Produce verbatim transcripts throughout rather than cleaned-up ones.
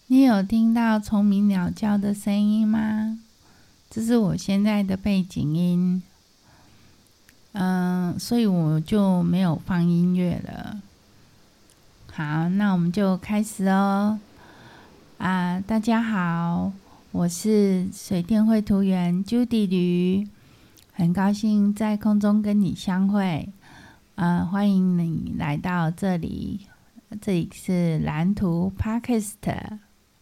你有听到虫鸣鸟叫的声音吗？这是我现在的背景音，嗯，所以我就没有放音乐了。好，那我们就开始哦。啊，大家好，我是水电绘图员 Judy 驴，很高兴在空中跟你相会。呃，欢迎你来到这里，这里是蓝图 Podcast。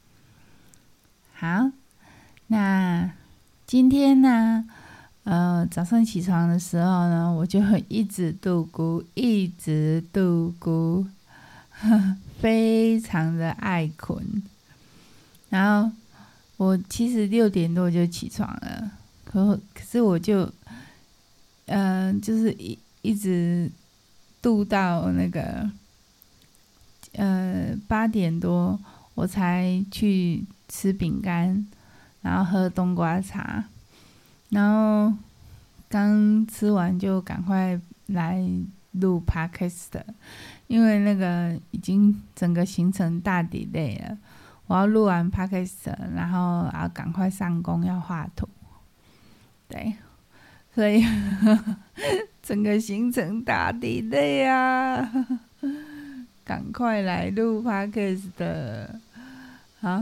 好，那今天呢，呃，早上起床的时候呢，我就一直度咕，一直度咕，非常的爱睏。然后我其实六点多就起床了，可可是我就，嗯、呃，就是一一直度到那个，呃，八点多我才去吃饼干，然后喝冬瓜茶，然后刚吃完就赶快来录 podcast， 因为那个已经整个行程大 delay 了，我要录完 podcast， 然后要赶快上工要画图，对，所以整个行程大 delay 啊，赶快来录 podcast。好，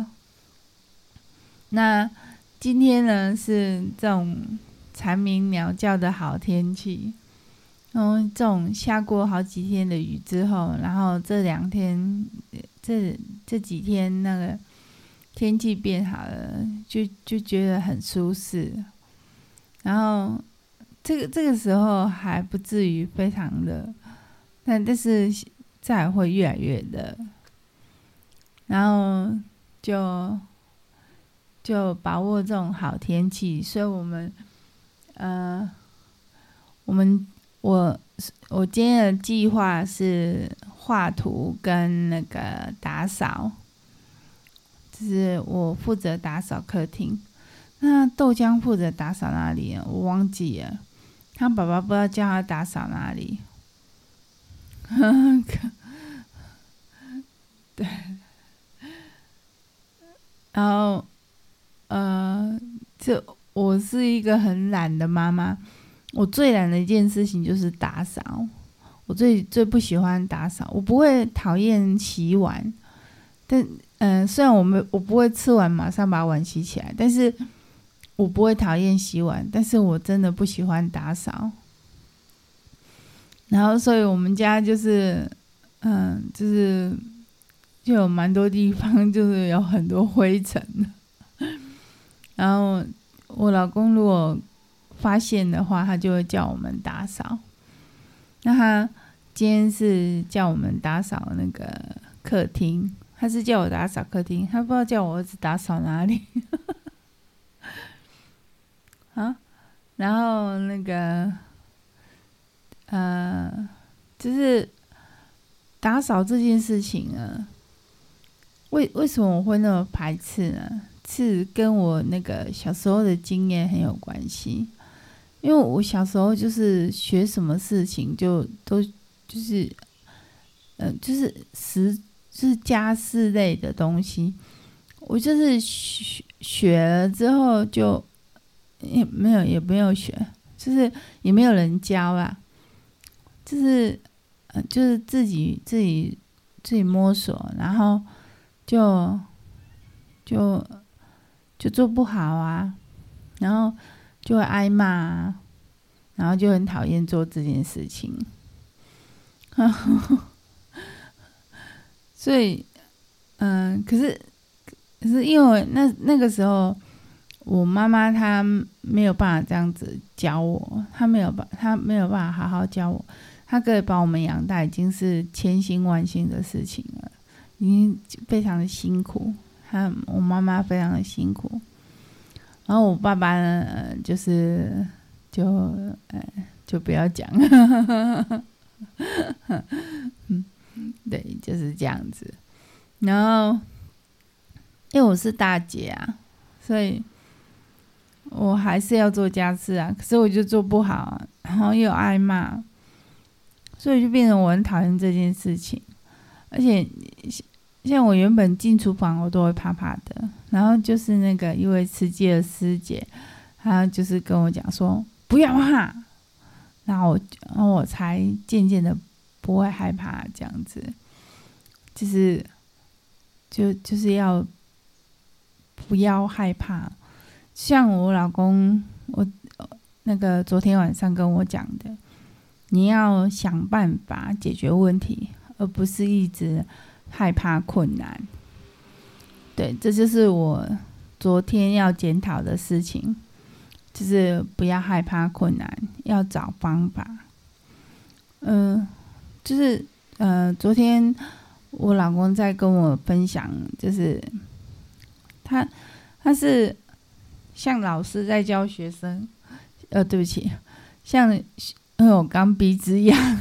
那今天呢是这种蝉鸣鸟叫的好天气，嗯，这种下过好几天的雨之后，然后这两天这这几天那个天气变好了，就就觉得很舒适。然后这个这个时候还不至于非常热，但但是再会越来越热，然后就就把握这种好天气，所以我们呃我们我我今天的计划是画图跟那个打扫，就是我负责打扫客厅，那豆浆负责打扫哪里？我忘记了，他爸爸不知道叫他打扫哪里。对，然后呃，这我是一个很懒的妈妈，我最懒的一件事情就是打扫。我最最不喜欢打扫，我不会讨厌洗碗，但嗯、呃，虽然我们我不会吃完马上把碗洗起来，但是我不会讨厌洗碗，但是我真的不喜欢打扫。然后，所以我们家就是嗯，就是就有蛮多地方就是有很多灰尘。然后我老公如果发现的话，他就会叫我们打扫。那他今天是叫我们打扫那个客厅，他是叫我打扫客厅，他不知道叫我儿子打扫哪里。啊，然后那个呃，就是打扫这件事情呢，为为什么我会那么排斥呢？是跟我那个小时候的经验很有关系。因为我小时候就是学什么事情就都就是，呃，就是实就是家事类的东西，我就是学学了之后就也没有也没有学，就是也没有人教啦，就是呃就是自己自己自己摸索，然后就就就做不好啊，然后就会挨骂啊，然后就很讨厌做这件事情。所以，嗯，可是可是因为那那个时候，我妈妈她没有办法这样子教我，她没有办她没有办法好好教我，她可以把我们养大已经是千辛万辛的事情了，已经非常的辛苦。她我妈妈非常的辛苦，然后我爸爸呢，呃、就是就呃就不要讲。嗯，对，就是这样子。然后，因为我是大姐啊，所以我还是要做家事啊。可是我就做不好啊，然后又挨骂，所以就变成我很讨厌这件事情。而且像我原本进厨房我都会怕怕的，然后就是那个一位慈济的师姐，她就是跟我讲说不要怕，然后我然后我才渐渐的不会害怕，这样子，就是就就是要不要害怕。像我老公，我那个昨天晚上跟我讲的，你要想办法解决问题，而不是一直害怕困难。对，这就是我昨天要检讨的事情，就是不要害怕困难，要找方法。嗯、呃，就是呃，昨天我老公在跟我分享，就是他他是像老师在教学生，呃，对不起，像因为我刚鼻子痒。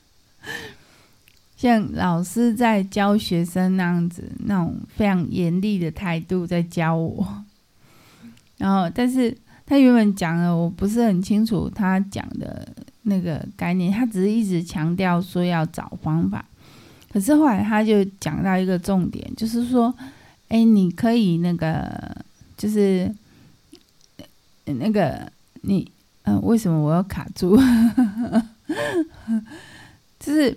像老师在教学生那样子，那种非常严厉的态度在教我，然后但是他原本讲的我不是很清楚他讲的那个概念，他只是一直强调说要找方法，可是后来他就讲到一个重点，就是说，哎，你可以那个就是那个你嗯、呃，为什么我要卡住？就是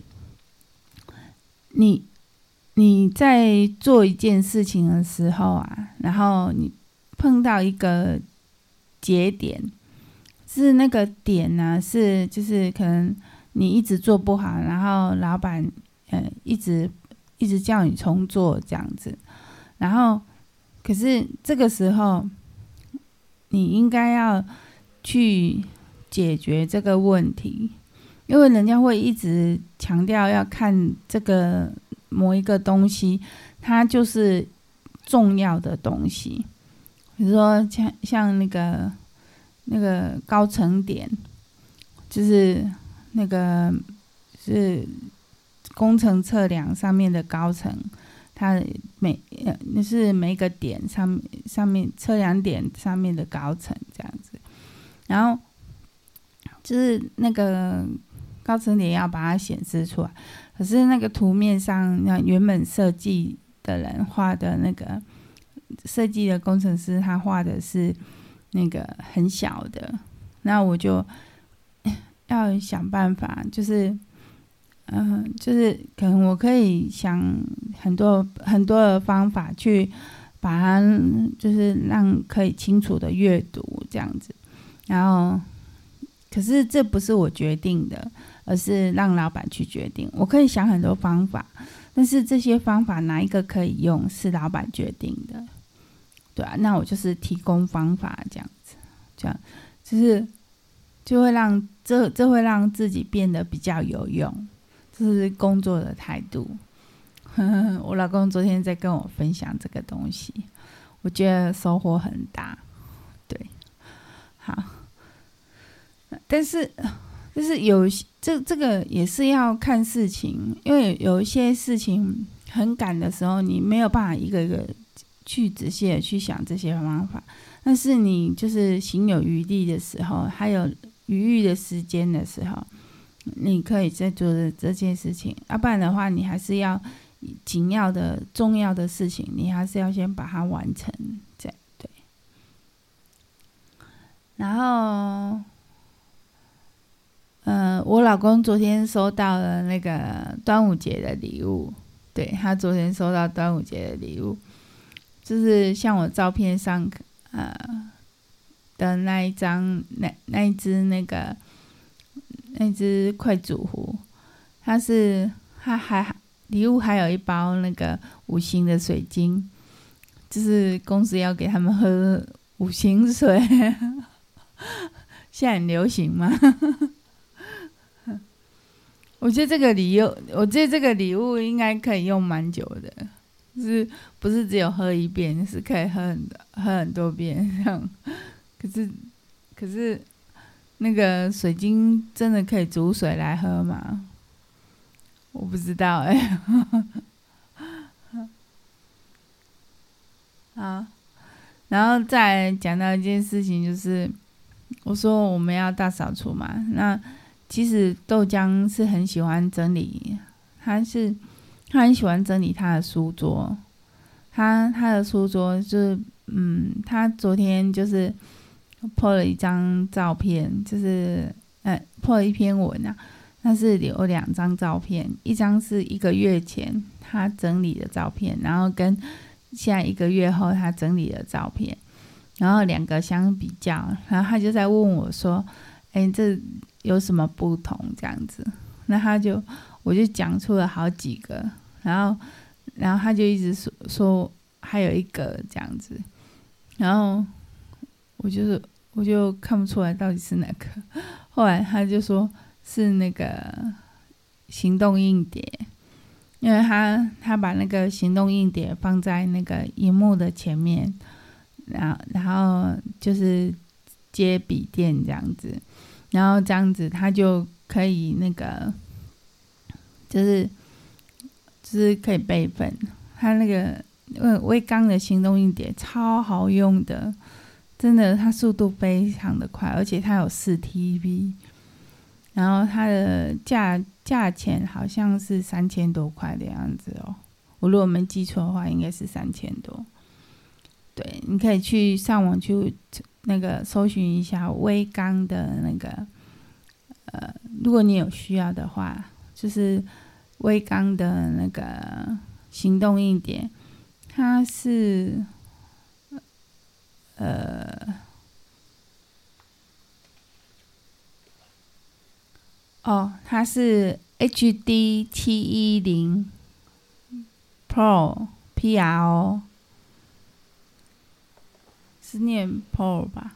你你在做一件事情的时候啊，然后你碰到一个节点，是那个点呢、啊，是就是可能你一直做不好，然后老板呃一直一直叫你重做这样子，然后可是这个时候你应该要去解决这个问题。因为人家会一直强调要看这个某一个东西，它就是重要的东西。比如说像像那个那个高层点，就是那个是工程测量上面的高层，它每那是每一个点上上面测量点上面的高层这样子，然后就是那个高层点要把它显示出来，可是那个图面上，那原本设计的人画的那个设计的工程师，他画的是那个很小的，那我就要想办法，就是嗯、呃，就是可能我可以想很多很多的方法去把它，就是让可以清楚的阅读这样子，然后可是这不是我决定的，而是让老板去决定。我可以想很多方法，但是这些方法哪一个可以用是老板决定的，对啊，那我就是提供方法这样子，这样就是就会让这这会让自己变得比较有用，这是工作的态度。我老公昨天在跟我分享这个东西，我觉得收获很大。对，好。但是，就是有这这个也是要看事情，因为有一些事情很赶的时候，你没有办法一个一个去仔细的去想这些方法。但是你就是行有余力的时候，还有余裕的时间的时候，你可以在做的这件事情。要不然的话，你还是要紧要的、重要的事情，你还是要先把它完成。这样对，然后。嗯、呃，我老公昨天收到了那个端午节的礼物，对，他昨天收到端午节的礼物，就是像我照片上呃的那一张那那一只那个那只快煮壶，它是它还礼物还有一包那个五行的水晶，就是公司要给他们喝五行水，现在很流行吗？我觉得这个礼物，我觉得这个礼物应该可以用蛮久的，就是不是只有喝一遍，是可以喝很喝很多遍这样。可是，可是那个水晶真的可以煮水来喝吗？我不知道哎、欸。好，然后再讲到一件事情，就是我说我们要大扫除嘛，那。其实豆浆是很喜欢整理，他是他很喜欢整理他的书桌，他他的书桌就是嗯，他昨天就是po了一张照片，就是呃 po 了一篇文啊，那是有两张照片，一张是一个月前他整理的照片，然后跟现在一个月后他整理的照片，然后两个相比较，然后他就在问我说：“哎，这有什么不同？”这样子，那他就我就讲出了好几个，然后然后他就一直说说还有一个这样子，然后我就是我就看不出来到底是哪个，后来他就说是那个行动硬碟，因为他他把那个行动硬碟放在那个萤幕的前面，然后然后就是接笔电这样子，然后这样子他就可以那个就是就是可以备份。他那个微刚的行动硬碟超好用的，真的，它速度非常的快，而且它有四 T B， 然后它的价价钱好像是三千多块的样子哦，我如果没记错的话，应该是三千多。对，你可以去上网去那个搜寻一下微刚的那个，呃，如果你有需要的话，就是微刚的那个行动硬碟，它是。呃，哦，它是 H D 七一零 Pro P R O， 是念 Pro 吧？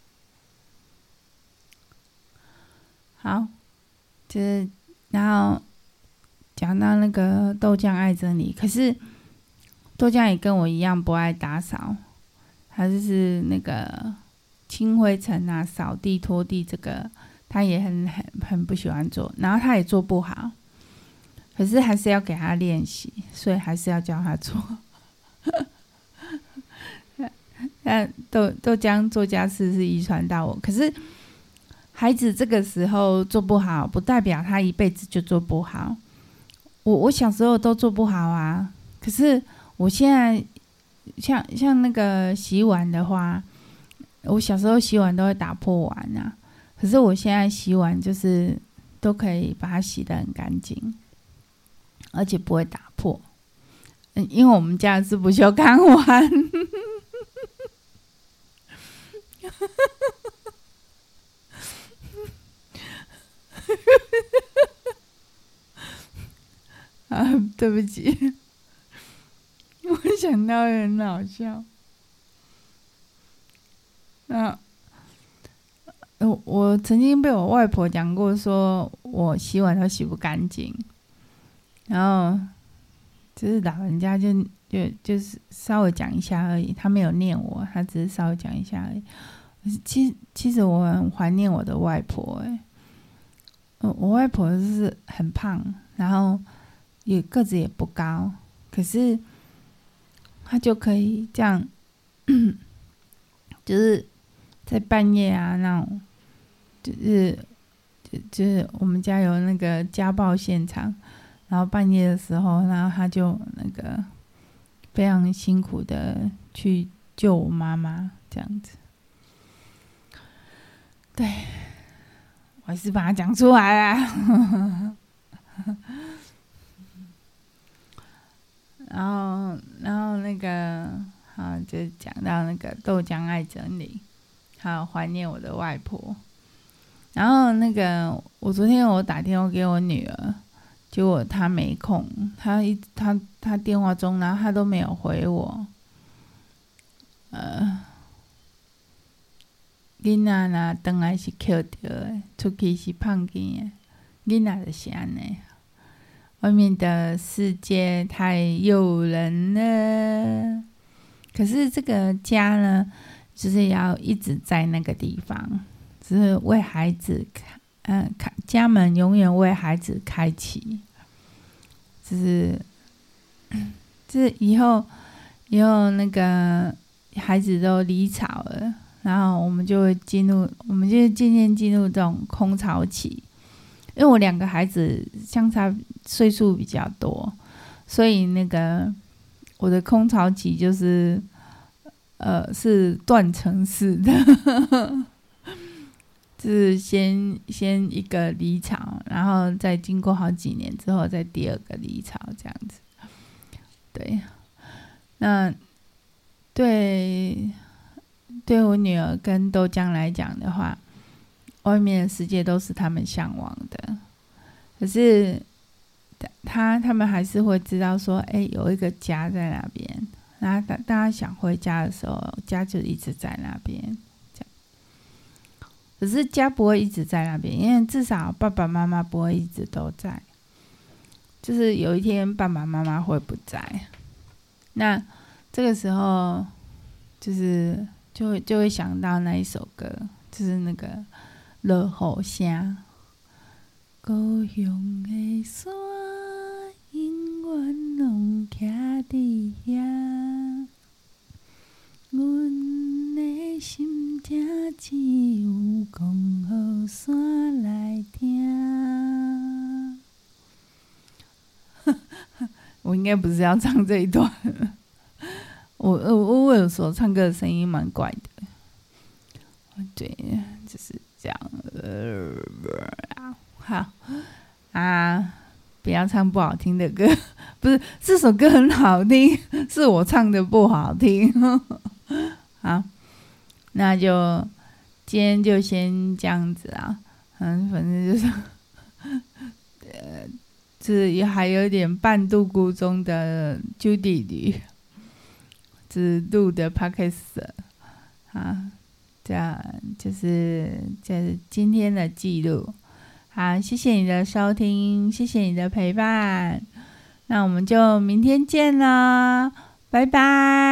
好，就是然后讲到那个豆浆爱整理，可是豆浆也跟我一样不爱打扫。他就是那个清灰尘啊、扫地、拖地，这个他也很很很不喜欢做，然后他也做不好，可是还是要给他练习，所以还是要教他做。但豆豆浆做家事是遗传到我，可是孩子这个时候做不好，不代表他一辈子就做不好。我我小时候都做不好啊，可是我现在。像像那个洗碗的话，我小时候洗碗都会打破碗啊，可是我现在洗碗就是都可以把它洗得很干净，而且不会打破。嗯，因为我们家是不锈钢碗。啊，对不起。我想到很好笑，那我我曾经被我外婆讲过，说我洗碗都洗不干净，然后就是老人家就就就是稍微讲一下而已，他没有念我，他只是稍微讲一下而已。其其实我很怀念我的外婆，哎，我外婆就是很胖，然后也个子也不高，可是。他就可以这样，就是在半夜啊，那种，就是就就是我们家有那个家暴现场，然后半夜的时候，然后他就那个非常辛苦的去救我妈妈，这样子。对，我还是把它讲出来啦。然后，然后那个，好，就讲到那个豆浆爱整理，还有怀念我的外婆。然后那个，我昨天我打电话给我女儿，结果她没空，她一她她电话中，然后她都没有回我。呃，囡仔若回来是捡到的，出去是碰见的，囡仔就是安尼。外面的世界太诱人了，可是这个家呢，就是要一直在那个地方，就是为孩子开，嗯，开家门永远为孩子开启，就是就是以后以后那个孩子都离巢了，然后我们就会进入，我们就渐渐进入这种空巢期。因为我两个孩子相差岁数比较多， 所以那个我的空巢期就是呃是断层式的，就是先先一个离巢，然后再经过好几年之后，再第二个离巢这样子。对，那对对我女儿跟豆浆来讲的话，外面的世界都是他们向往的，可是他他们还是会知道说，哎，有一个家在那边。然后当他想回家的时候，家就一直在那边。这样，可是家不会一直在那边，因为至少爸爸妈妈不会一直都在。就是有一天爸爸妈妈会不在，那这个时候就是就会就会想到那一首歌，就是那个落雨声，故乡的山永远拢徛伫遐，阮的心情只有讲予山来听。我应该不是要唱这一段，我我我有时候唱歌的声音蛮怪的，对，就是这样。呃、好啊，不要唱不好听的歌，不是这首歌很好听，是我唱的不好听。好，那就今天就先这样子啊，嗯，反正就是，呃。是也还有点半度孤中的啾弟弟，只录的 podcast 啊，这样就是这今天的记录。好，谢谢你的收听，谢谢你的陪伴，那我们就明天见啦，拜拜。